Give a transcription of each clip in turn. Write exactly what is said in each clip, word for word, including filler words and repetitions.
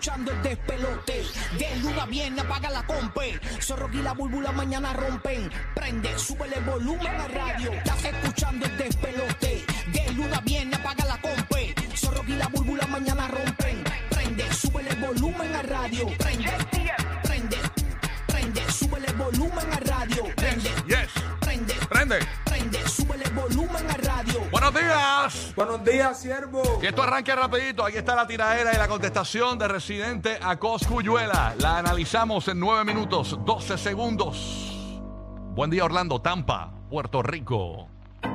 escuchando el despelote. De luna viene, apaga la compe. Zorro y la búlbula mañana rompen. Prende, súbele el volumen a radio. Estás escuchando el despelote. De luna viene, apaga la compe. Zorro y la búlbula mañana rompen. Prende, súbele el volumen a radio. Prende, prende, prende, súbele el volumen a radio. Prende, yes. prende, prende, prende, súbele el volumen a radio. Buenos días. Buenos días, siervo. Que esto arranque rapidito. Aquí está la tiradera y la contestación de Residente a Cosculluela. La analizamos en nueve minutos, doce segundos. Buen día, Orlando, Tampa, Puerto Rico.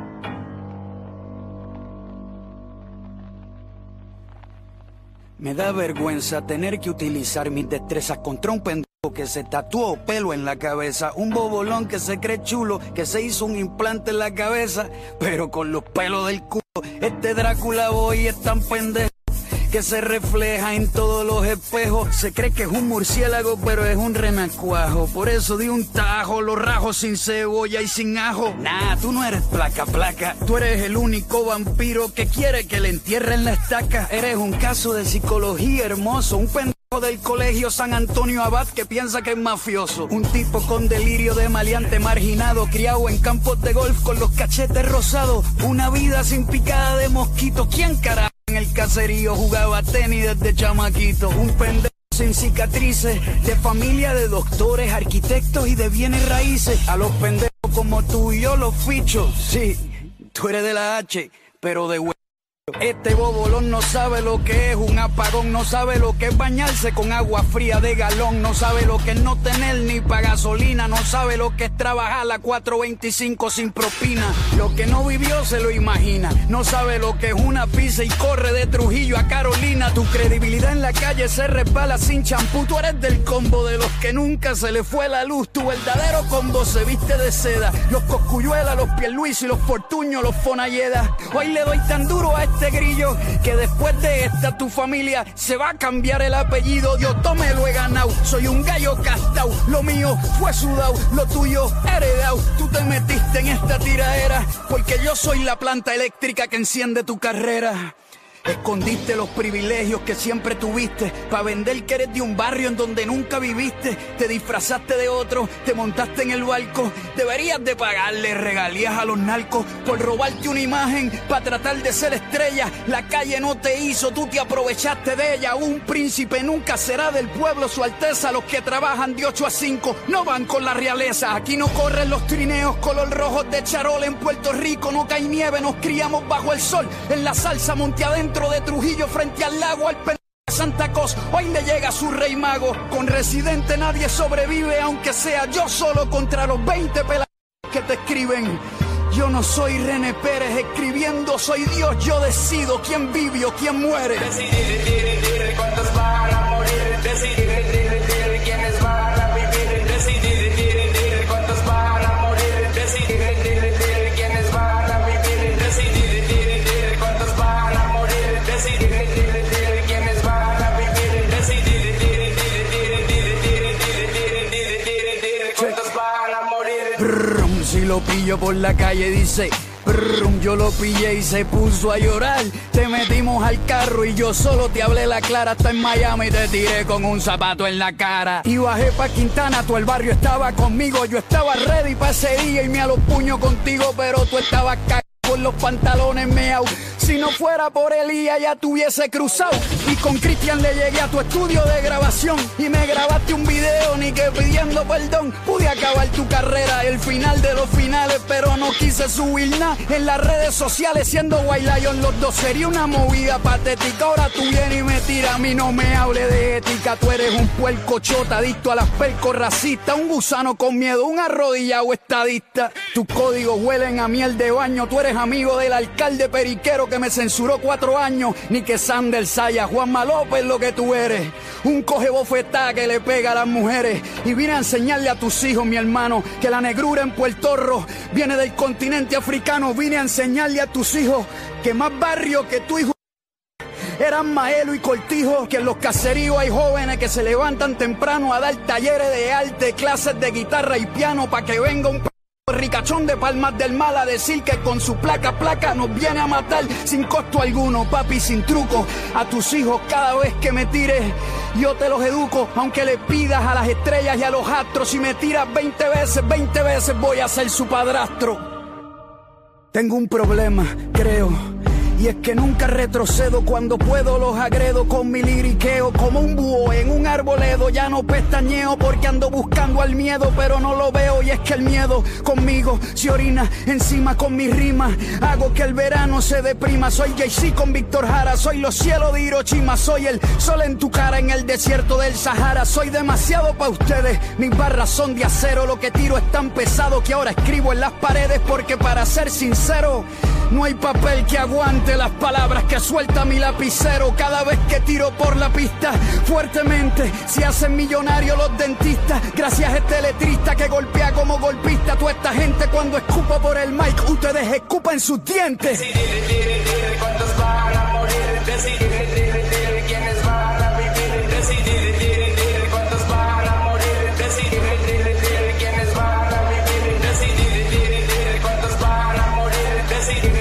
Me da vergüenza tener que utilizar mis destrezas contra un pendejo que se tatuó pelo en la cabeza, un bobolón que se cree chulo, que se hizo un implante en la cabeza, pero con los pelos del culo. Este Drácula Boy es tan pendejo que se refleja en todos los espejos. Se cree que es un murciélago, pero es un renacuajo. Por eso di un tajo, lo rajo sin cebolla y sin ajo. Nah, tú no eres placa placa. Tú eres el único vampiro que quiere que le entierren la estaca. Eres un caso de psicología hermoso, un pendejo del colegio San Antonio Abad que piensa que es mafioso. Un tipo con delirio de maleante marginado, criado en campos de golf con los cachetes rosados. Una vida sin picada de mosquito. ¿Quién carajo en el caserío jugaba tenis desde chamaquito? Un pendejo sin cicatrices, de familia de doctores, arquitectos y de bienes raíces. A los pendejos como tú y yo los ficho. Sí, tú eres de la H, pero de hue... Este bobolón no sabe lo que es un apagón, no sabe lo que es bañarse con agua fría de galón, no sabe lo que es no tener ni pa' gasolina, no sabe lo que es trabajar a la cuatro veinticinco sin propina. Lo que no vivió se lo imagina, no sabe lo que es una pizza y corre de Trujillo a Carolina. Tu credibilidad en la calle se resbala sin champú, tú eres del combo de los que nunca se le fue la luz. Tu verdadero combo se viste de seda, los Cosculluela, los Pierluisi, los Fortuño, los Fonalleda. Hoy le doy tan duro a este grillo que después de esta tu familia se va a cambiar el apellido. Yo tome lo he ganado, soy un gallo castao, lo mío fue sudao, lo tuyo heredao. Tú te metiste en esta tiraera porque yo soy la planta eléctrica que enciende tu carrera. Escondiste los privilegios que siempre tuviste pa' vender que eres de un barrio en donde nunca viviste. Te disfrazaste de otro, te montaste en el barco. Deberías de pagarle regalías a los narcos por robarte una imagen pa' tratar de ser estrella. La calle no te hizo, tú te aprovechaste de ella. Un príncipe nunca será del pueblo, su alteza. Los que trabajan de ocho a cinco no van con la realeza. Aquí no corren los trineos color rojos de charol. En Puerto Rico no cae nieve, nos criamos bajo el sol. En la salsa monte adentro de Trujillo frente al lago, al pendejo de Santa Cos, hoy le llega su rey mago. Con Residente nadie sobrevive, aunque sea yo solo contra los veinte pelados que te escriben. Yo no soy René Pérez escribiendo, soy Dios, yo decido quién vive o quién muere. Decidir cuántos van a morir, decidir quiénes van a vivir, decidir cuántos van a morir, decidir quiénes van a vivir, decidir cuántos van a morir, decidir quiénes van a vivir, decidir cuántos van a morir. Si lo pillo por la calle dice brum, yo lo pillé y se puso a llorar. Te metimos al carro y yo solo te hablé la clara. Hasta en Miami te tiré con un zapato en la cara. Y bajé pa' Quintana, tú el barrio estaba conmigo. Yo estaba ready pa' ese día y me a los puños contigo, pero tú estabas cagado con los pantalones meao. Si no fuera por Elías ya te hubiese cruzado. Y con Cristian le llegué a tu estudio de grabación y me grabaste un video, ni que pidiendo perdón. Pude acabar tu carrera, el final de los finales, pero no quise subir nada en las redes sociales. Siendo White Lion los dos sería una movida patética. Ahora tú vienes y me tiras, a mí no me hable de ética. Tú eres un puerco chota, adicto a las percos racistas, un gusano con miedo, un arrodillado estadista. Tus códigos huelen a miel de baño. Tú eres amigo del alcalde periquero que me censuró cuatro años. Ni que Sanders Saya, Juanma López lo que tú eres. Un coge bofetada que le pega a las mujeres. Y vine a enseñarle a tus hijos, mi hermano, que la negrura en Puerto Rico viene del continente africano. Vine a enseñarle a tus hijos que más barrio que tu hijo eran Maelo y Cortijo, que en los caseríos hay jóvenes que se levantan temprano a dar talleres de arte, clases de guitarra y piano pa' que venga un p*** ricachón de Palmas del Mal a decir que con su placa, placa nos viene a matar sin costo alguno, papi, sin truco. A tus hijos cada vez que me tires, yo te los educo, aunque le pidas a las estrellas y a los astros. Si me tiras veinte veces, veinte veces voy a ser su padrastro. Tengo un problema, creo, y es que nunca retrocedo. Cuando puedo los agredo con mi liriqueo. Como un búho en un arboledo, ya no pestañeo porque ando buscando al miedo, pero no lo veo. Y es que el miedo conmigo se orina encima con mis rimas. Hago que el verano se deprima. Soy Jay-Z con Víctor Jara. Soy los cielos de Hiroshima. Soy el sol en tu cara en el desierto del Sahara. Soy demasiado pa' ustedes, mis barras son de acero. Lo que tiro es tan pesado que ahora escribo en las paredes. Porque para ser sincero, no hay papel que aguante las palabras que suelta mi lapicero. Cada vez que tiro por la pista fuertemente se hacen millonarios los dentistas. Gracias a este letrista que golpea como golpista. Toda esta gente cuando escupo por el mic, ustedes escupan sus dientes. Decidir cuántos van a morir, decidir quiénes van a vivir, decidir cuántos van a morir, decidir quiénes van a vivir, decidir cuántos van a morir, decidir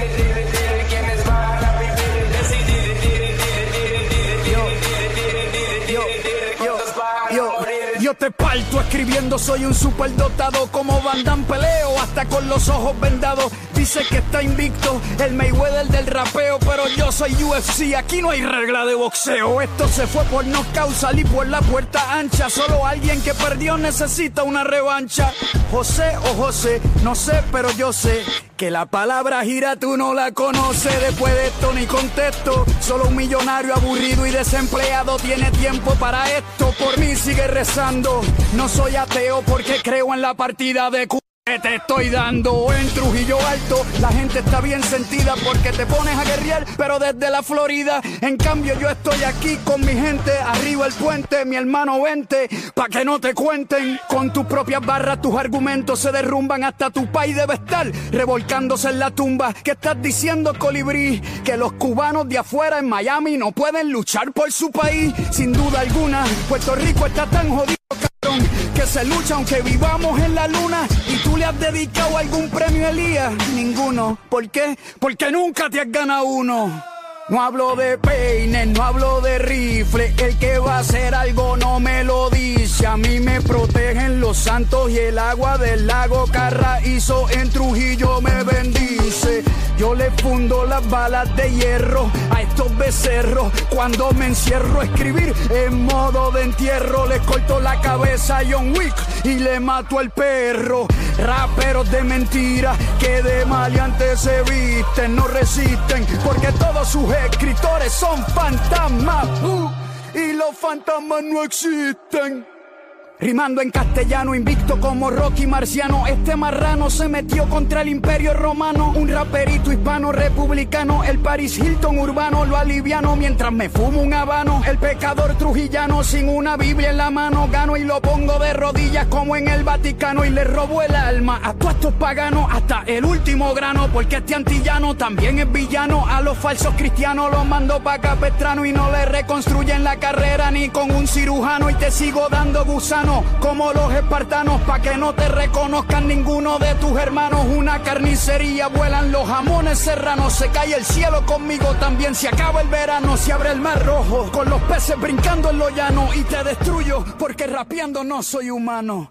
Yo te parto escribiendo, soy un superdotado. Como Van Damme peleo hasta con los ojos vendados. Dice que está invicto el Mayweather del rapeo, pero yo soy U F C, aquí no hay regla de boxeo. Esto se fue por knockout, salí por la puerta ancha. Solo alguien que perdió necesita una revancha. José o José, no sé, pero yo sé que la palabra gira tú no la conoces. Después de esto ni contesto. Solo un millonario aburrido y desempleado tiene tiempo para esto. Por mí sigue rezando. No soy ateo porque creo en la partida de cu... que te estoy dando. En Trujillo Alto la gente está bien sentida porque te pones a guerrear, pero desde la Florida. En cambio yo estoy aquí con mi gente, arriba el puente, mi hermano vente, pa' que no te cuenten. Con tus propias barras tus argumentos se derrumban. Hasta tu país debe estar revolcándose en la tumba. ¿Qué estás diciendo, colibrí? Que los cubanos de afuera en Miami no pueden luchar por su país. Sin duda alguna, Puerto Rico está tan jodido, cabrón, que se lucha aunque vivamos en la luna. Y tú le has dedicado algún premio a Elías. Ninguno. ¿Por qué? Porque nunca te has ganado uno. No hablo de peines, no hablo de rifle. El que va a hacer algo no me lo dice. A mí me protegen los santos y el agua del lago Carraízo en Trujillo me bendice. Yo le fundo las balas de hierro a estos becerros. Cuando me encierro a escribir en modo de entierro, les corto la cabeza a John Wick y le mato al perro. Raperos de mentira que de maleantes se visten, no resisten porque todos sus escritores son fantasmas, uh, y los fantasmas no existen. Rimando en castellano, invicto como Rocky Marciano. Este marrano se metió contra el imperio romano. Un raperito hispano republicano, el Paris Hilton urbano. Lo aliviano mientras me fumo un habano. El pecador trujillano sin una Biblia en la mano. Gano y lo pongo de rodillas como en el Vaticano. Y le robo el alma a todos estos paganos hasta el último grano. Porque este antillano también es villano. A los falsos cristianos los mando pa' Capestrano. Y no le reconstruyen la carrera ni con un cirujano. Y te sigo dando gusano como los espartanos, pa' que no te reconozcan ninguno de tus hermanos. Una carnicería, vuelan los jamones serranos. Se cae el cielo conmigo, también se acaba el verano. Se abre el mar rojo, con los peces brincando en lo llano. Y te destruyo, porque rapeando no soy humano.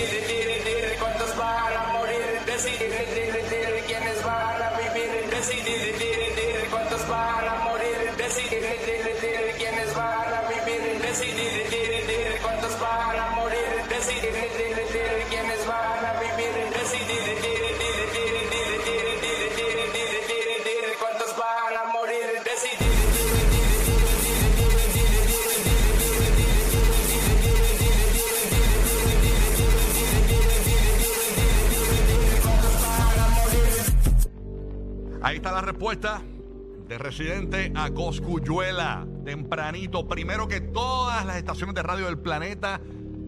Decidir cuántos van a morir, decidir quiénes van a vivir, decidir cuántos van a morir, decidir quiénes van a vivir, decidir cuántos van a morir. Decidir quiénes van a vivir, decidir cuántos van a morir, decidir. Ahí está la respuesta de Residente a Cosculluela. Tempranito, primero que todas las estaciones de radio del planeta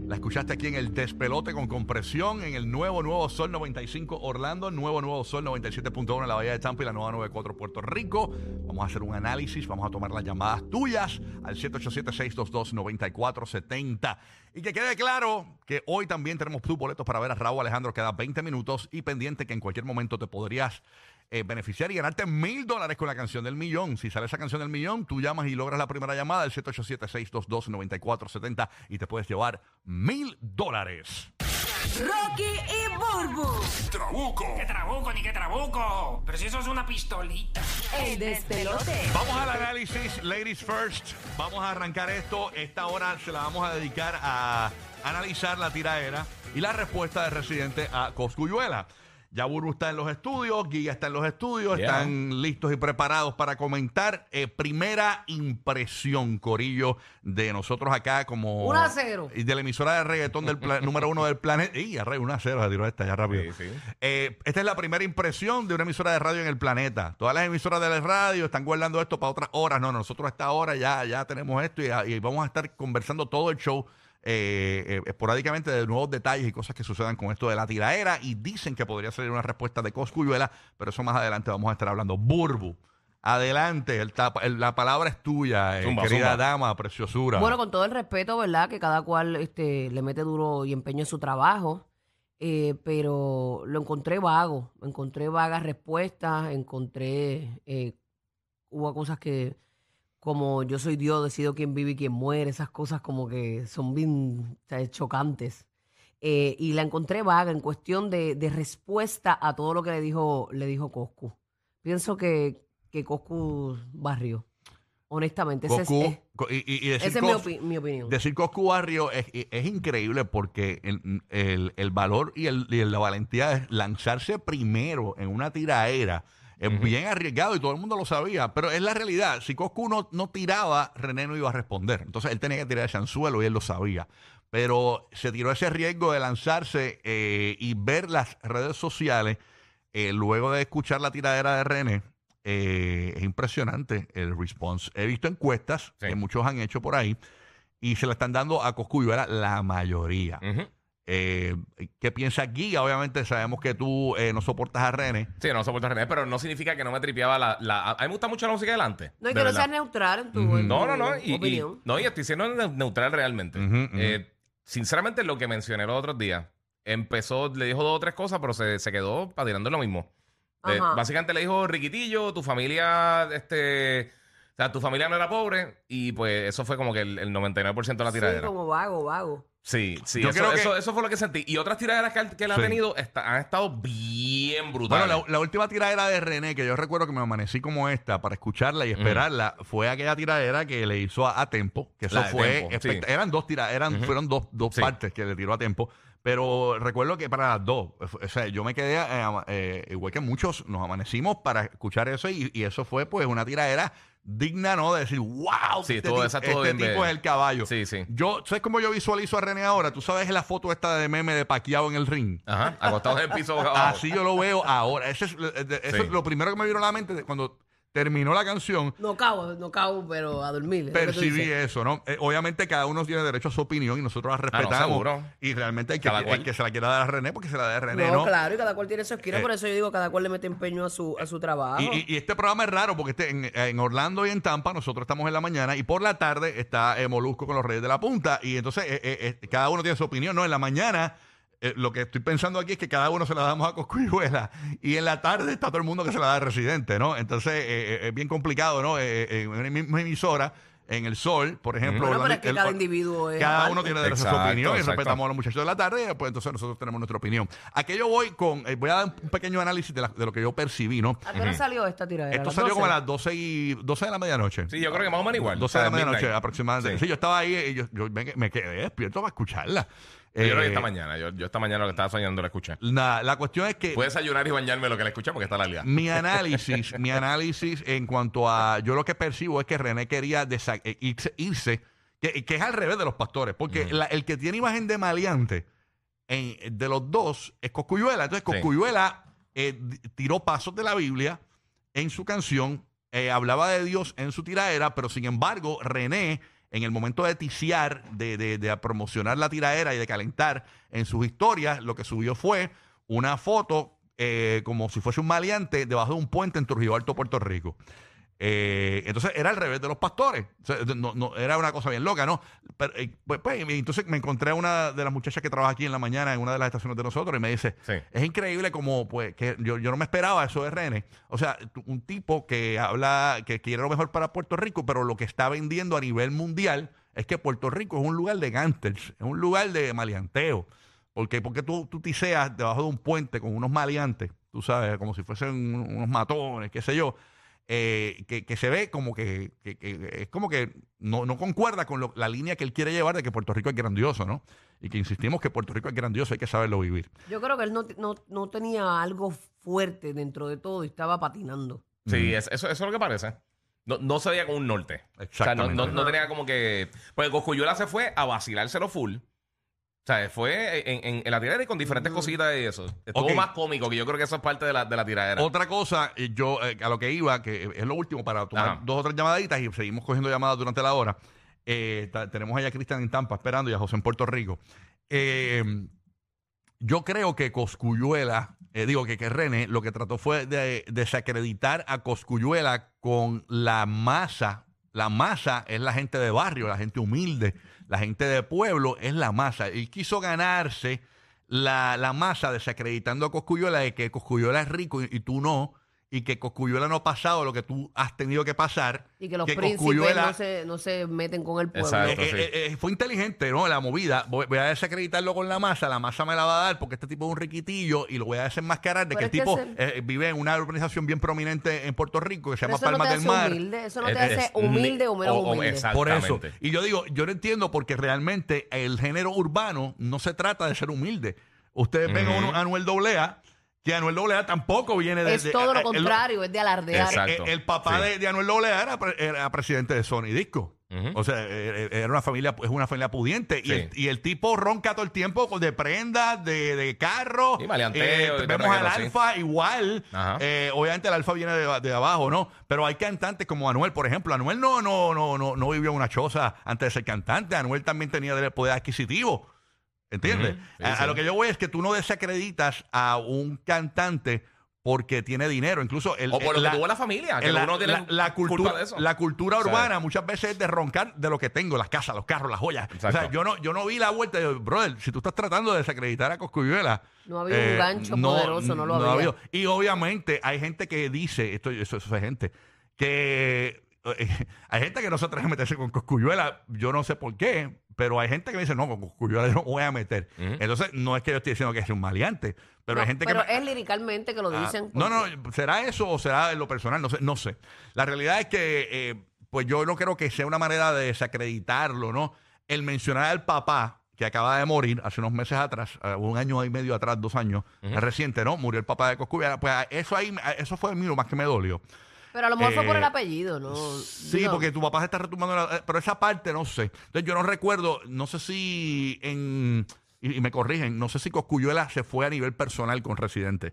La escuchaste aquí en el Despelote con Compresión, en el nuevo Nuevo Sol noventa y cinco Orlando, nuevo Nuevo Sol noventa y siete punto uno en la Bahía de Tampa y la nueva noventa y cuatro Puerto Rico. Vamos a hacer un análisis, vamos a tomar las llamadas tuyas al siete ocho siete, seis dos dos, nueve cuatro siete cero. Y que quede claro que hoy también tenemos tus boletos para ver a Raúl Alejandro cada veinte minutos y pendiente que en cualquier momento te podrías eh, beneficiar y ganarte mil dólares con la canción del millón. Si sale esa canción del millón, tú llamas y logras la primera llamada al siete ocho siete, seis dos dos, nueve cuatro siete cero y te puedes llevar mil dólares. Rocky y Burbu. ¡Trabuco! ¡Qué trabuco, ni qué trabuco! Pero si eso es una pistolita. El despelote. Vamos al análisis, ladies first. Vamos a arrancar esto. Esta hora se la vamos a dedicar a analizar la tiraera y la respuesta del residente a Cosculluela. Ya Burbu está en los estudios, Guilla está en los estudios, Yeah. están listos y preparados para comentar. Eh, primera impresión, corillo, de nosotros acá como... uno a cero. Y de la emisora de reggaetón del pla- número uno del planeta. Y arre, uno a cero, se tiró esta ya rápido. Sí, sí. Eh, esta es la primera impresión de una emisora de radio en el planeta. Todas las emisoras de la radio están guardando esto para otras horas. No, nosotros a esta hora ya, ya tenemos esto y, y vamos a estar conversando todo el show eh, eh, esporádicamente de nuevos detalles y cosas que sucedan con esto de la tiraera. Y dicen que podría salir una respuesta de Cosculluela, pero eso más adelante vamos a estar hablando. Burbu, adelante, el tapa- el- la palabra es tuya, eh, Zumba, querida zumba. dama, preciosura. Bueno, con todo el respeto, ¿verdad? Que cada cual este, le mete duro y empeño en su trabajo. eh, pero lo encontré vago. Encontré vagas respuestas. Encontré. eh, hubo cosas que, como yo soy Dios, decido quién vive y quién muere. Esas cosas como que son bien o sea, chocantes. Eh, y la encontré vaga en cuestión de, de respuesta a todo lo que le dijo, le dijo Coscu. Pienso que, que Coscu barrió. Honestamente, ese es- Coscu, es, co- y, y- y decir esa es mi, Cos- opi- mi opinión. Decir Coscu Barrio es, es increíble porque el, el- el valor y, el, y la valentía de lanzarse primero en una tiraera es bien arriesgado y todo el mundo lo sabía, pero es la realidad. Si Coscu no, no tiraba, René no iba a responder. Entonces él tenía que tirar ese anzuelo y él lo sabía. Pero se tiró ese riesgo de lanzarse eh, y ver las redes sociales eh, luego de escuchar la tiradera de René. Eh, es impresionante el response. He visto encuestas Sí. que muchos han hecho por ahí y se la están dando a Cosculluela la mayoría. Ujú. Eh, ¿Qué piensa Guía? Obviamente sabemos que tú eh, no soportas a René. Sí, no soporto a René, pero no significa que no me tripeaba la... la- a mí me gusta mucho la música delante. No, y de que no verdad. seas neutral en tu, en No, tu no, no. Y, y- opinión. no, y estoy siendo ne- neutral realmente. Ujú, ujú. Eh, sinceramente, lo que mencioné los otros días, empezó, le dijo dos o tres cosas, pero se, se quedó patinando en lo mismo. Eh, Ajá. básicamente le dijo, Riquitillo, tu familia, este... O sea, tu familia no era pobre y pues eso fue como que el, el noventa y nueve por ciento de la Sí, tiradera. como vago, vago. Sí, sí, Yo eso, creo que- eso, eso fue lo que sentí. Y otras tiraderas que, él- que él Sí. ha tenido está- han estado bien brutales. Bueno, la, la última tiradera de René, que yo recuerdo que me amanecí como esta para escucharla y esperarla, fue aquella tiradera que le hizo a, a Tempo, que eso La de fue Tempo, espect- sí. eran dos tiraderas, eran, Ujú. fueron dos, dos Sí. partes que le tiró a Tempo, pero recuerdo que para las dos, o sea, yo me quedé, eh, ama- eh, igual que muchos, nos amanecimos para escuchar eso y, y eso fue pues una tiradera digna, ¿no? De decir, wow, Sí, este, estuvo- ti- esa estuvo este bien tipo de- es el caballo. Sí, sí. Yo, ¿sabes cómo yo visualizo a René ahora? ¿Tú sabes la foto esta de meme de Pacquiao en el ring? Ajá, acostado en el piso boca abajo. Así yo lo veo ahora. Ese es, eh, de- eso Sí. es lo primero que me vino a la mente de cuando terminó la canción. No cabo, no cabo, pero a dormir. es lo que tú Percibí dices. eso, ¿no? Eh, obviamente cada uno tiene derecho a su opinión y nosotros la Ah, no, respetamos. seguro. Y realmente hay que, Cada cual. el que se la quiera dar a René porque se la dé a René, No, ¿no? claro, y cada cual tiene su esquina, Eh, por eso yo digo, cada cual le mete empeño a su, a su trabajo. Y, y- y este programa es raro porque este, en, en Orlando y en Tampa nosotros estamos en la mañana y por la tarde está eh, Molusco con los Reyes de la Punta y entonces eh, eh, eh, cada uno tiene su opinión, ¿no? En la mañana eh, lo que estoy pensando aquí es que cada uno se la damos a Cosculluela y en la tarde está todo el mundo que se la da al residente, ¿no? Entonces eh, eh, es bien complicado, ¿no? Eh, eh, en una misma emisora, en el Sol, por ejemplo. Bueno, pero Orlando- es que el- cada individuo es Cada aparte. uno tiene derecho a su Exacto, opinión y exacto. respetamos a los muchachos de la tarde, pues entonces nosotros tenemos nuestra opinión. Aquí yo voy con, eh, voy a dar un pequeño análisis de, la- de lo que yo percibí, ¿no? ¿A qué hora salió esta tiradera? Esto ¿A las salió como a doce? las doce y doce de la medianoche. Sí, yo creo que más o menos igual. doce O de sea, la medianoche midnight. aproximadamente. Sí. Sí. yo estaba ahí y yo, yo me, me quedé despierto para escucharla. Yo creo que Eh, esta mañana. Yo, yo esta mañana lo que estaba soñando la escuché. la, la cuestión es que Puedes desayunar y bañarme lo que la escuché porque está la liga. mi análisis, mi análisis en cuanto a, yo lo que percibo es que René quería desa- eh, irse, irse que, que es al revés de los pastores, porque la- el que tiene imagen de maleante en- de los dos es Cosculluela. Entonces Sí. Cosculluela eh, di- tiró pasos de la Biblia en su canción, eh, hablaba de Dios en su tiraera, pero sin embargo René en el momento de ticiar, de, de, de promocionar la tiradera y de calentar en sus historias, lo que subió fue una foto eh, como si fuese un maleante debajo de un puente en Trujillo Alto, Puerto Rico. Eh, entonces era al revés de los pastores. O sea, no, no, era una cosa bien loca, ¿no? Pero, eh, pues, pues, entonces me encontré a una de las muchachas que trabaja aquí en la mañana en una de las estaciones de nosotros y me dice, Sí. es increíble como pues que yo, yo no me esperaba eso de R N. O sea, un tipo que habla, que quiere lo mejor para Puerto Rico, pero lo que está vendiendo a nivel mundial es que Puerto Rico es un lugar de gángsters, es un lugar de maleanteo. Porque, porque tú, tú tiseas debajo de un puente con unos maleantes, tú sabes, como si fuesen unos matones, qué sé yo. Eh, que, que se ve como que, que, que es como que no, no concuerda con lo- la línea que él quiere llevar de que Puerto Rico es grandioso, ¿no? Y que insistimos que Puerto Rico es grandioso, hay que saberlo vivir. Yo creo que él no, no, no tenía algo fuerte dentro de todo y estaba patinando. Sí, es- eso, eso es lo que parece. No, no se veía con un norte. O sea, no, Exactamente. no, no tenía como que... Pues Cosculluela se fue a vacilárselo full. O sea, fue en, en, en la tiradera y con diferentes cositas y eso. Estuvo Ok. más cómico, que yo creo que eso es parte de la, de la tiradera. Otra cosa, eh, yo eh, a lo que iba, que es lo último para tomar Ajá. dos o tres llamaditas y seguimos cogiendo llamadas durante la hora. Eh, ta- tenemos allá a Cristian en Tampa esperando y a José en Puerto Rico. Eh, yo creo que Cosculluela, eh, digo que, que René, lo que trató fue de desacreditar a Cosculluela con la masa. La masa es la gente de barrio, la gente humilde, la gente de pueblo es la masa. Él quiso ganarse la, la masa desacreditando a Cosculluela de que Cosculluela es rico y, y tú no, y que Cosculluela no ha pasado lo que tú has tenido que pasar. Y que los que príncipes Cosculluela- no se, no se meten con el pueblo. Exacto. eh, sí. eh, eh, fue inteligente, ¿no? La movida. Voy, voy a desacreditarlo con la masa. La masa me la va a dar porque este tipo es un riquitillo y lo voy a desenmascarar de Pero que el es que tipo ese- eh, vive en una urbanización bien prominente en Puerto Rico que se Pero llama eso no Palmas te del hace Mar. humilde, eso no Es- te hace es humilde ni- o menos o- o- humilde. exacto. Por eso. Exactamente. Y yo digo, yo no entiendo porque realmente el género urbano no se trata de ser humilde. Ustedes ven a, uno- a Anuel doble A, que Anuel doble A tampoco viene de... Es de- todo eh, lo eh, contrario, es de alardear. Exacto. El, el papá Sí. de, de Anuel doble A era, pre- era presidente de Sony Disco. Ujú. O sea, eh, eh, era una familia, es una familia pudiente. Y, Sí. el, y el tipo ronca todo el tiempo con de prendas, de, de carro. Y maleanteo, y vemos todo al reguero, sí. Alfa igual. Ajá. Eh, obviamente el Alfa viene de, de abajo, ¿no? Pero hay cantantes como Anuel, por ejemplo. Anuel no, no, no, no, no vivió en una choza antes de ser cantante. Anuel también tenía de- poder adquisitivo. ¿Entiendes? Ujú. Sí, a, a sí. lo que yo voy es que tú no desacreditas a un cantante porque tiene dinero. Incluso el, O por lo la- que tuvo la familia, que la, uno tiene la- la culpa cultura, de eso. la cultura ¿Sabes? urbana muchas veces es de roncar de lo que tengo, las casas, los carros, las joyas. O sea, Exacto. yo no, yo no vi la vuelta de, brother, si tú estás tratando de desacreditar a Cosculluela. No había un gancho poderoso, no lo ha había. habido. Y obviamente hay gente que dice, esto, eso, eso es gente, que eh, hay gente que no se atreve a meterse con Cosculluela, yo no sé por qué, pero hay gente que me dice, no, con Cosculluela yo no voy a meter. Ujú. Entonces, no es que yo esté diciendo que es un maleante, pero No, hay gente pero que... me- es liricalmente que lo Ah, dicen. no, porque- no, ¿será eso o será en lo personal? No sé. No sé. La realidad es que, eh, pues yo no creo que sea una manera de desacreditarlo, ¿no? El mencionar al papá que acaba de morir hace unos meses atrás, eh, un año y medio atrás, dos años, es reciente, ¿no? Murió el papá de Cosculluela. Pues eso ahí, eso fue a mí lo más que me dolió. Pero a lo mejor fue por Eh, el apellido, ¿no? Sí, Digo, porque tu papá se está retumbando, la- eh, pero esa parte no sé. Entonces yo no recuerdo, no sé si en, y, y me corrigen, no sé si Cosculluela se fue a nivel personal con Residente.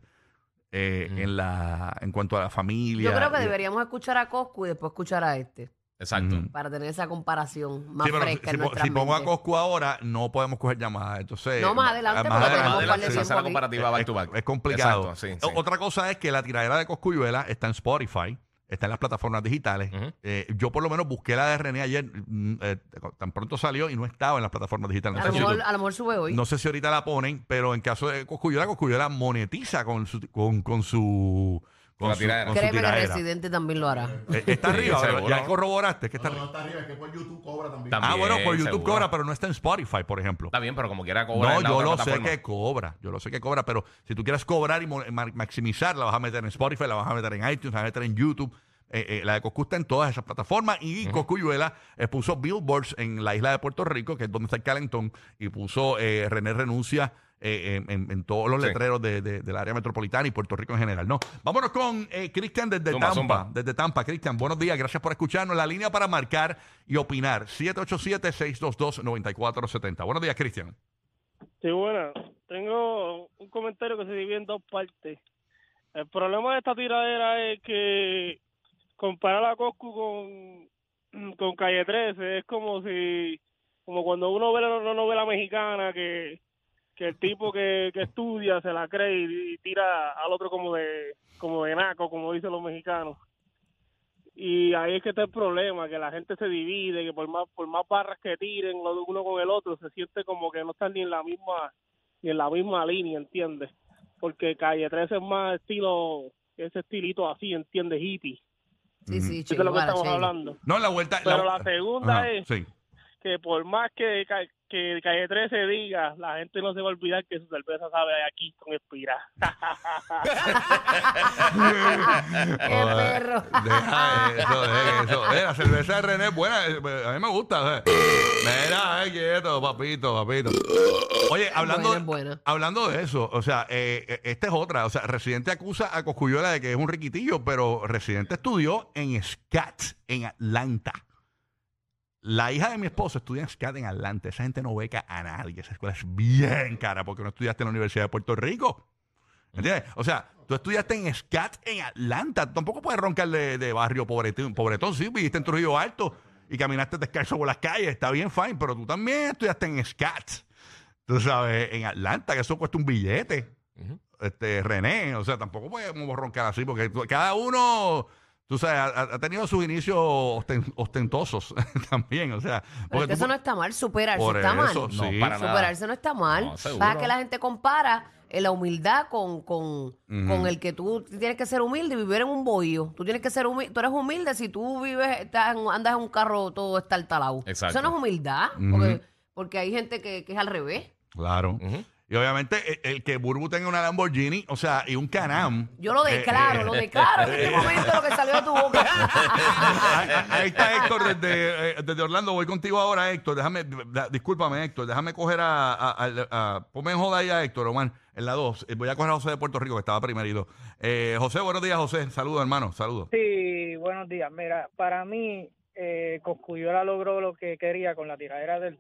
eh, en la en cuanto a la familia. Yo creo que y- deberíamos escuchar a Coscu y después escuchar a este. Exacto. Ujú. Para tener esa comparación más Sí, pero fresca si, en si, nuestra si pongo a mente. Coscu ahora, no podemos coger llamadas. Entonces, No, más adelante, más porque adelante. tenemos Más un par de adelante se hace tiempo la aquí. comparativa back to back. Es complicado. Exacto, sí, sí. O- Otra cosa es que la tiradera de Cosculluela está en Spotify, está en las plataformas digitales. Ujú. Eh, yo por lo menos busqué la de René ayer, mm, eh, tan pronto salió y no estaba en las plataformas digitales. A No lo, sé si- mejor, a lo mejor sube hoy. no sé si ahorita la ponen, pero en caso de Cosculluela, Cosculluela monetiza con su con, con su Con la su, tiradera. con su Créeme que tiradera. Residente también lo hará. Eh, Está Sí, arriba, seguro. ya corroboraste que está No, no arriba. está arriba, es que por YouTube cobra también. También. Ah, bueno, por YouTube seguro. cobra, pero no está en Spotify, por ejemplo. Está bien, pero como quiera cobrar No, en la yo otra lo sé plataforma. que cobra, yo lo sé que cobra, pero si tú quieres cobrar y mo- ma- maximizar, la vas a meter en Spotify, la vas a meter en iTunes, la vas a meter en YouTube. Eh, eh, la de Coscu está en todas esas plataformas y Cosculluela eh, puso billboards en la isla de Puerto Rico, que es donde está el calentón, y puso eh, René renuncia eh, en, en- en todos los Sí. letreros de, de- del área metropolitana y Puerto Rico en general. No, vámonos con eh, Cristian desde Zumba, Tampa. zumba. Desde Tampa, Cristian, buenos días, gracias por escucharnos. La línea para marcar y opinar, siete ocho siete, seis dos dos, nueve cuatro siete cero. Buenos días, Cristian. Sí, bueno, tengo un comentario que se divide en dos partes. El problema de esta tiradera es que comparar a Coscu con con Calle trece es como si, como cuando uno ve la, una novela mexicana que, que el tipo que, que estudia se la cree y, y tira al otro como de, como de naco, como dicen los mexicanos. Y ahí es que está el problema, que la gente se divide, que por más por más barras que tiren uno con el otro, se siente como que no están ni en la misma ni en la misma línea, ¿entiendes? Porque Calle trece es más estilo, ese estilito así, ¿entiendes? Hippie. Sí, sí, Eso es lo que estamos hablando. No, la vuelta... Pero la, la segunda Ajá, es sí. que por más que, que Calle trece diga, la gente no se va a olvidar que su cerveza sabe aquí con Espira. ¡Qué perro! Deja eso, deja eso. Eh, la cerveza de René es buena, eh, a mí me gusta. eh. Mira, eh, quieto, papito, papito. Oye, hablando, Buena, es buena. hablando de eso, o sea, eh, esta es otra. O sea, Residente acusa a Cosculluela de que es un riquitillo, pero Residente estudió en S C A T en Atlanta. La hija de mi esposo estudia en S C A T en Atlanta. Esa gente no beca a nadie. Esa escuela es bien cara porque no estudiaste en la Universidad de Puerto Rico. ¿Entiendes? O sea, tú estudiaste en S C A T en Atlanta. Tú tampoco puedes roncar de, de barrio pobretón, pobretón. Sí, viviste en Trujillo Alto y caminaste descalzo por las calles. Está bien, fine. Pero tú también estudiaste en S C A T. Tú sabes, en Atlanta, que eso cuesta un billete. Uh-huh. Este, René. O sea, tampoco podemos roncar así porque cada uno... Tú sabes, ha, ha tenido sus inicios osten, ostentosos también, o sea... Porque que eso no está mal, superarse está eso, mal. Sí. No, para superarse nada. no está mal. No, seguro. Pasa que la gente compara eh, la humildad con, con, Uh-huh. con el que tú tienes que ser humilde y vivir en un bohío. Tú tienes que ser humilde. Tú eres humilde si tú vives, estás en- andas en un carro todo estartalado. Exacto. Eso no es humildad, Uh-huh. porque, porque hay gente que, que es al revés. Claro. Ujú. Y obviamente el, el que Burbu tenga una Lamborghini, o sea, y un Can-Am. Yo lo eh, declaro, eh, lo declaro en este momento lo que salió de tu boca. ahí, ahí está Héctor desde, eh, desde Orlando. Voy contigo ahora, Héctor. Déjame, da- discúlpame, Héctor. Déjame coger a, a, a- a- ponme en joda ahí a Héctor, Omar, en la dos. Voy a coger a José de Puerto Rico, que estaba primerito. Eh, José, buenos días, José. Saludos, hermano. Saludos. Sí, buenos días. Mira, para mí, eh, Cosculluela logró lo que quería con la tiradera del,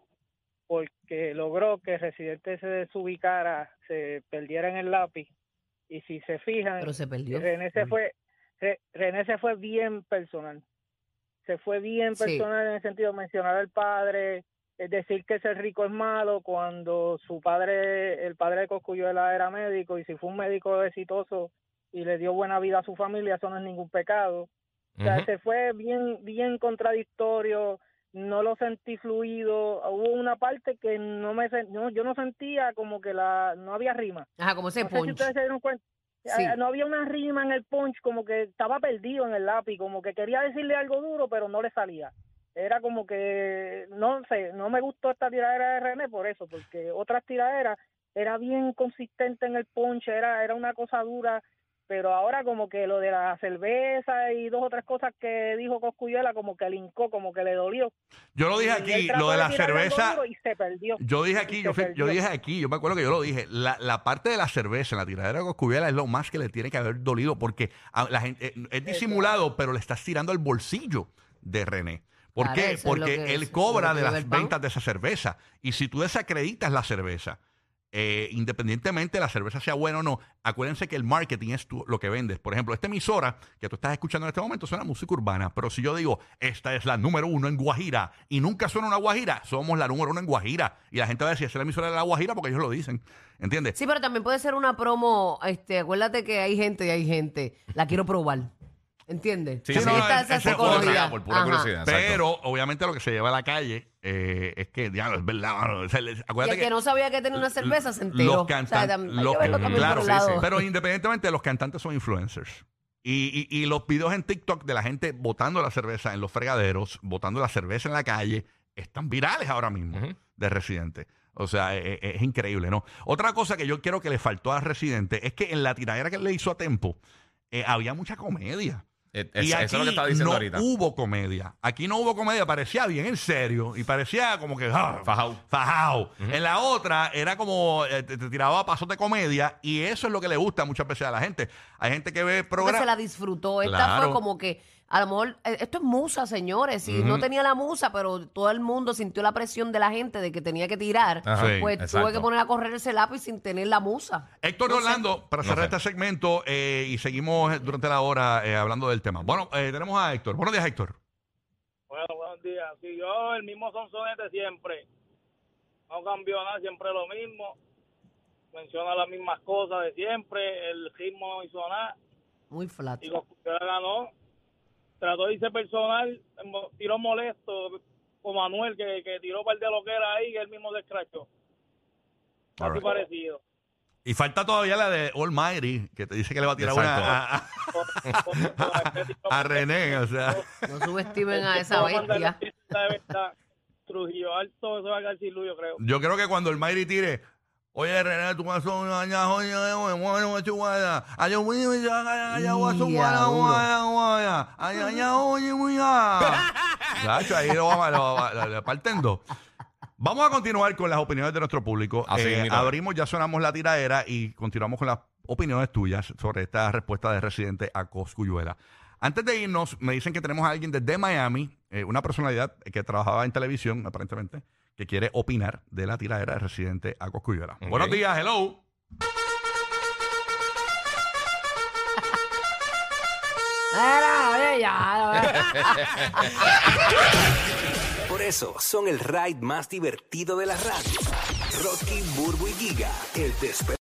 porque logró que Residente se desubicara, se perdiera en el lápiz. Y si se fijan, Pero se perdió. René se fue, Re- René se fue bien personal. Se fue bien Sí. personal en el sentido de mencionar al padre, es decir que ser rico es malo cuando su padre, el padre de Cosculluela era médico, y si fue un médico exitoso y le dio buena vida a su familia, eso no es ningún pecado. O sea, Ujú. se fue bien, bien contradictorio, no lo sentí fluido. Hubo una parte que no me sen- no, yo no sentía como que la no había rima. Ajá, como ese No sé si punch. ustedes se dieron cuenta. Sí. Eh, No había una rima en el punch, como que estaba perdido en el lápiz, como que quería decirle algo duro, pero no le salía. Era como que, no sé, no me gustó esta tiradera de René por eso, porque otras tiraderas era bien consistente en el punch, era, era una cosa dura, pero ahora como que lo de la cerveza y dos o tres cosas que dijo Cosculluela como que lincó, como que le dolió. Yo lo dije Y él aquí, trató lo de la tirar algo cerveza. duro y se perdió. Yo dije aquí, Y yo, se fui- yo perdió. dije aquí, yo me acuerdo que yo lo dije, la, la parte de la cerveza en la tiradera de Cosculluela es lo más que le tiene que haber dolido porque a la gente, eh, es disimulado, pero le estás tirando al bolsillo de René. ¿Por Claro, qué? eso es lo Porque que él es, cobra lo que de lleva las el pan. ventas de esa cerveza. Y si tú desacreditas la cerveza, eh, independientemente de la cerveza sea buena o no, acuérdense que el marketing es tú- lo que vendes. Por ejemplo, esta emisora que tú estás escuchando en este momento suena música urbana, pero si yo digo, esta es la número uno en Guajira y nunca suena una Guajira, somos la número uno en Guajira. Y la gente va a decir, esa es la emisora de la Guajira porque ellos lo dicen. ¿Entiendes? Sí, pero también puede ser una promo, este, acuérdate que hay gente y hay gente. La quiero probar. ¿Entiendes? Sí, También sí, no, está ese esa es otro, psicología. por pura Ajá. curiosidad. Exacto. Pero obviamente lo que se lleva a la calle eh, es que, diablo, es verdad. mano. O sea, les- Y acuérdate el que no sabía que tenía una cerveza se enteró. Los O sea, cantantes. tam- hay que verlo también claro, por el lado. pero independientemente, los cantantes son influencers. Y, y, y los videos en TikTok de la gente botando la cerveza en los fregaderos, botando la cerveza en la calle, están virales ahora mismo Ujú. de Residente. O sea, es, es increíble, ¿no? Otra cosa que yo quiero que le faltó a Residente es que en la tiradera que él le hizo a Tempo, eh, había mucha comedia. Eh, es- Y eso aquí es lo que estaba diciendo no ahorita. hubo comedia. Aquí no hubo comedia, parecía bien en serio y parecía como que ah, Fajao. fajao. En la otra era como eh, te, te tiraba pasos de comedia y eso es lo que le gusta muchas veces a la gente. Hay gente que ve Porque se la programas. disfrutó. Esta Claro. fue como que, a lo mejor, eh, esto es musa, señores. Y no tenía la musa, pero todo el mundo sintió la presión de la gente de que tenía que tirar. Ajá. Sí, Pues exacto. tuve que poner a correr ese lápiz sin tener la musa. Héctor No sé. Orlando, para No cerrar sé. este segmento eh, y seguimos durante la hora eh, hablando del tema. Bueno, eh, tenemos a Héctor. Buenos días, Héctor. Bueno, buenos buenos días. Si yo el mismo sonsonete siempre, no cambió nada, siempre lo mismo. Menciona las mismas cosas de siempre, el ritmo no hizo nada. Muy flat. Y Cosculluela ganó. Trató de irse personal, tiró molesto, como Manuel, que, que tiró par de lo que era ahí y él mismo se escrachó. Así Alright. parecido. Y falta todavía la de Almighty, que te dice que le va a tirar Exacto. una a, a, a René, o sea. No subestimen a esa bestia. De verdad, Trujillo Alto, eso va a quedar sin luz, yo creo. Yo creo que cuando Almighty tire, oye René, tú vas a una añajo, bueno, chuguada, allá voy a allá voy a su guada, guada, guada, allá allá oye muy Gacho, ahí lo vamos a lo partiendo. Vamos a continuar con las opiniones de nuestro público. Así, Eh, mira. abrimos, ya sonamos la tiradera y continuamos con las opiniones tuyas sobre esta respuesta de Residente a Cosculluela. Antes de irnos, me dicen que tenemos a alguien desde Miami, eh, una personalidad que trabajaba en televisión, aparentemente, que quiere opinar de la tiradera de Residente a Cosculluela. Ok. Buenos días, hello. Era, oye, ya. Por eso son el ride más divertido de la radio. Rocky, Burbu y Giga, el despelote.